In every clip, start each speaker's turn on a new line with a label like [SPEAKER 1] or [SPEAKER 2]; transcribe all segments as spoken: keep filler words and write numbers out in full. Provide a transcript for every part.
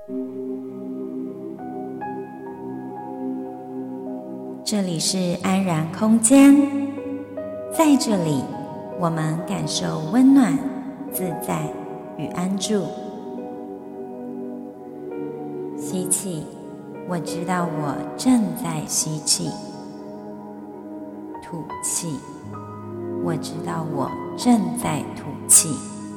[SPEAKER 1] 这里是安然空间，在这里我们感受温暖、自在与安住。吸气，我知道我正在吸气；吐气，我知道我正在吐气。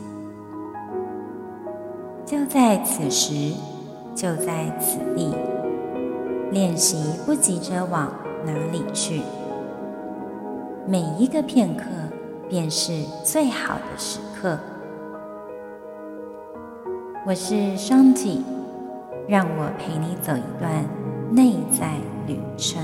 [SPEAKER 1] 就在此时，就在此地，练习不急着往哪里去，每一个片刻便是最好的时刻。我是Shanti，让我陪你走一段内在旅程。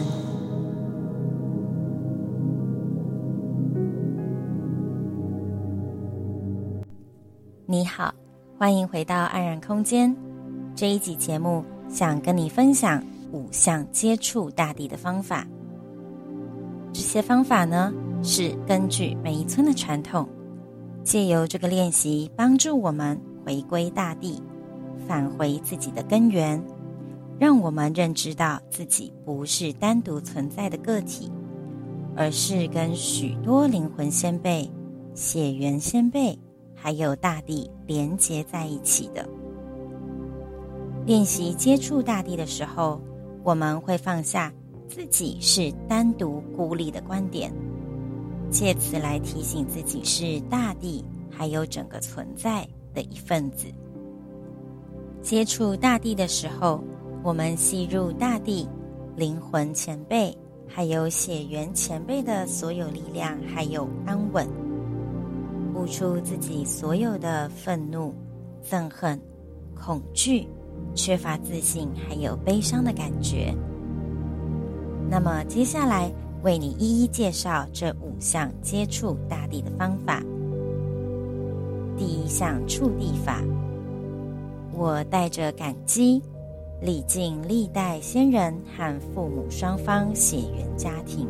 [SPEAKER 1] 你好，欢迎回到安然空间。这一集节目想跟你分享五项接触大地的方法。这些方法呢，是根据每一村的传统，借由这个练习帮助我们回归大地，返回自己的根源，让我们认知到自己不是单独存在的个体，而是跟许多灵魂先辈、血缘先辈还有大地连结在一起的。练习接触大地的时候，我们会放下自己是单独孤立的观点，借此来提醒自己是大地还有整个存在的一份子。接触大地的时候，我们吸入大地、灵魂前辈还有血缘前辈的所有力量还有安稳，呼出自己所有的愤怒、憎恨、恐惧、缺乏自信还有悲伤的感觉。那么接下来为你一一介绍这五项接触大地的方法。第一项触地法，我带着感激礼敬历代先人和父母双方血缘家庭。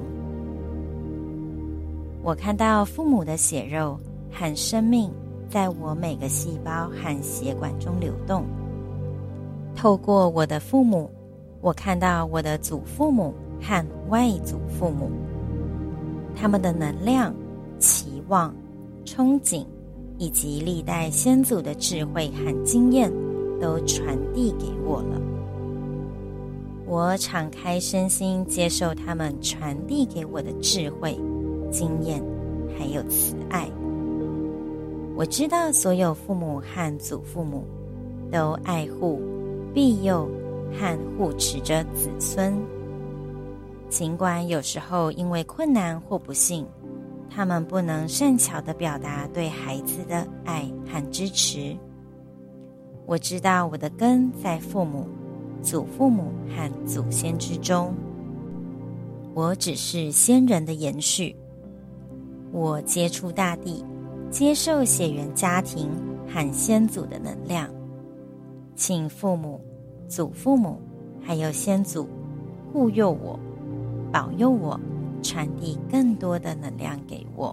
[SPEAKER 1] 我看到父母的血肉和生命在我每个细胞和血管中流动。透过我的父母，我看到我的祖父母和外祖父母，他们的能量、期望、憧憬以及历代先祖的智慧和经验都传递给我了。我敞开身心，接受他们传递给我的智慧、经验还有慈爱。我知道所有父母和祖父母都爱护、庇佑和护持着子孙，尽管有时候因为困难或不幸，他们不能善巧地表达对孩子的爱和支持。我知道我的根在父母、祖父母和祖先之中，我只是先人的延续。我接触大地，接受血缘家庭和先祖的能量，请父母、祖父母还有先祖护佑我、保佑我，传递更多的能量给我。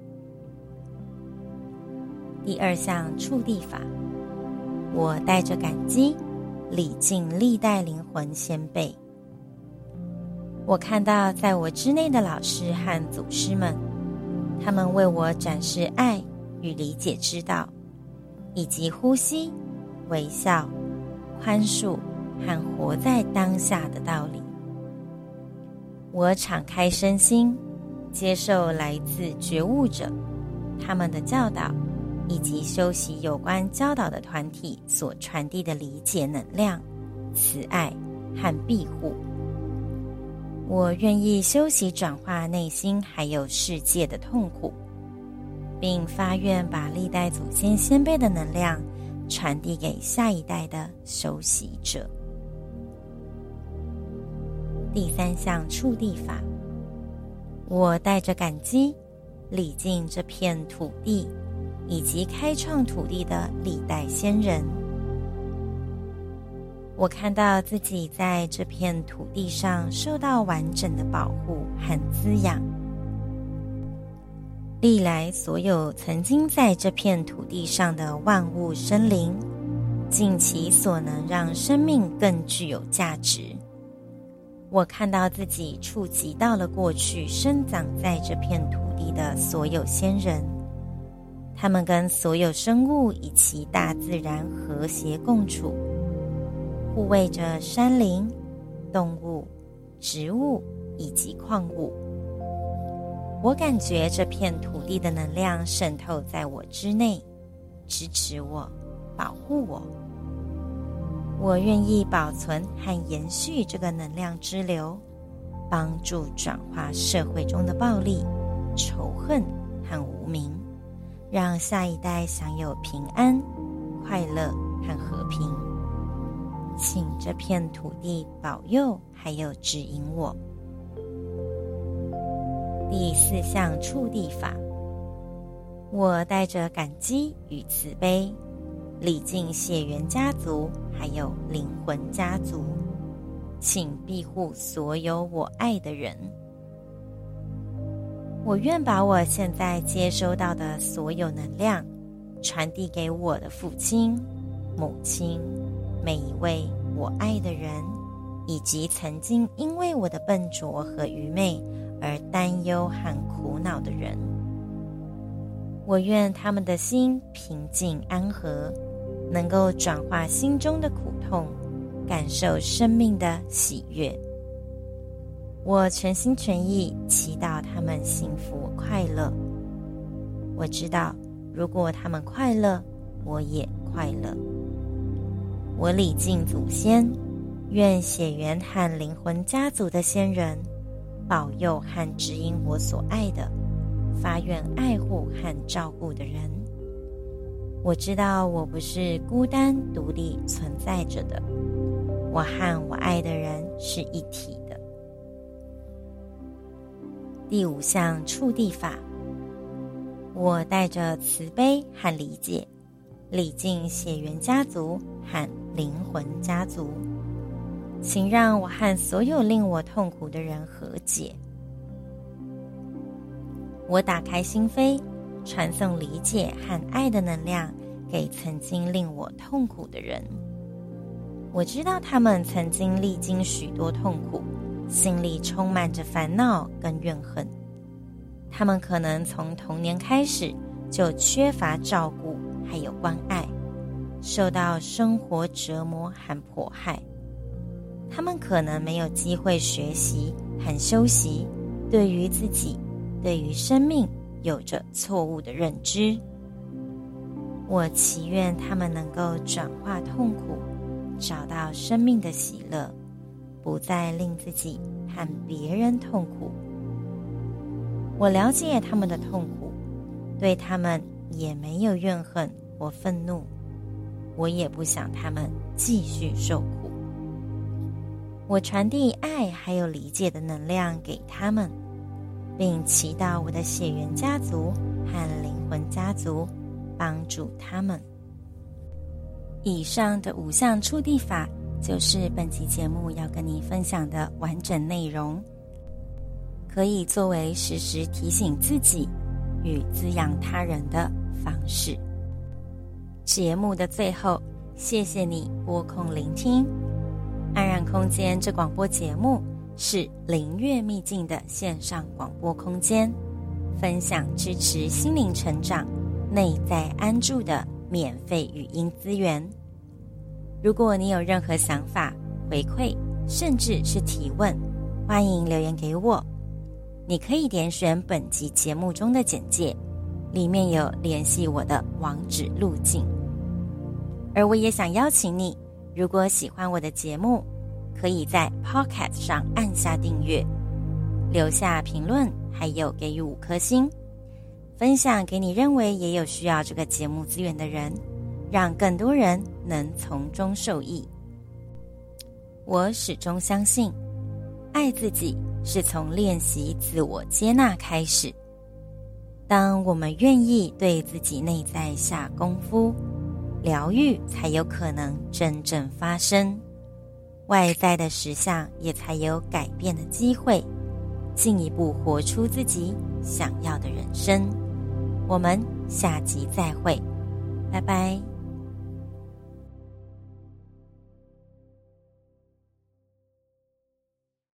[SPEAKER 1] 第二项触地法，我带着感激礼敬历代灵魂先辈。我看到在我之内的老师和祖师们，他们为我展示爱与理解之道，以及呼吸、微笑、宽恕和活在当下的道理。我敞开身心，接受来自觉悟者他们的教导，以及修习有关教导的团体所传递的理解能量、慈爱和庇护。我愿意修习转化内心还有世界的痛苦，并发愿把历代祖先先辈的能量传递给下一代的修习者。第三项触地法，我带着感激礼敬这片土地以及开创土地的历代先人。我看到自己在这片土地上受到完整的保护和滋养。历来所有曾经在这片土地上的万物生灵， 尽其所能让生命更具有价值。我看到自己触及到了过去生长在这片土地的所有先人，他们跟所有生物以及大自然和谐共处，护卫着山林、动物、植物以及矿物。我感觉这片土地的能量渗透在我之内，支持我，保护我。我愿意保存和延续这个能量之流，帮助转化社会中的暴力、仇恨和无明，让下一代享有平安、快乐和和平。请这片土地保佑还有指引我。第四项触地法，我带着感激与慈悲礼敬血缘家族还有灵魂家族，请庇护所有我爱的人。我愿把我现在接收到的所有能量传递给我的父亲、母亲，每一位我爱的人，以及曾经因为我的笨拙和愚昧而担忧和苦恼的人。我愿他们的心平静安和，能够转化心中的苦痛，感受生命的喜悦。我全心全意祈祷他们幸福快乐。我知道，如果他们快乐，我也快乐。我礼敬祖先，愿血缘和灵魂家族的先人保佑和指引我所爱的，发愿爱护和照顾的人。我知道我不是孤单独立存在着的，我和我爱的人是一体的。第五项触地法，我带着慈悲和理解，礼敬血缘家族和灵魂家族，请让我和所有令我痛苦的人和解。我打开心扉，传送理解和爱的能量给曾经令我痛苦的人。我知道他们曾经历经许多痛苦，心里充满着烦恼跟怨恨。他们可能从童年开始就缺乏照顾还有关爱，受到生活折磨和迫害。他们可能没有机会学习和休息，对于自己对于生命有着错误的认知。我祈愿他们能够转化痛苦，找到生命的喜乐，不再令自己和别人痛苦。我了解他们的痛苦，对他们也没有怨恨或愤怒，我也不想他们继续受苦。我传递爱还有理解的能量给他们，并祈祷我的血缘家族和灵魂家族帮助他们。以上的五项触地法就是本期节目要跟你分享的完整内容，可以作为时时提醒自己与滋养他人的方式。节目的最后，谢谢你拨空聆听。安然空间这广播节目是灵悦秘境的线上广播空间，分享支持心灵成长、内在安住的免费语音资源。如果你有任何想法、回馈，甚至是提问，欢迎留言给我。你可以点选本集节目中的简介，里面有联系我的网址路径。而我也想邀请你，如果喜欢我的节目，可以在 Podcast 上按下订阅，留下评论，还有给予五颗星，分享给你认为也有需要这个节目资源的人，让更多人能从中受益。我始终相信，爱自己是从练习自我接纳开始。当我们愿意对自己内在下功夫，疗愈才有可能真正发生，外在的实相也才有改变的机会，进一步活出自己想要的人生。我们下集再会，拜拜。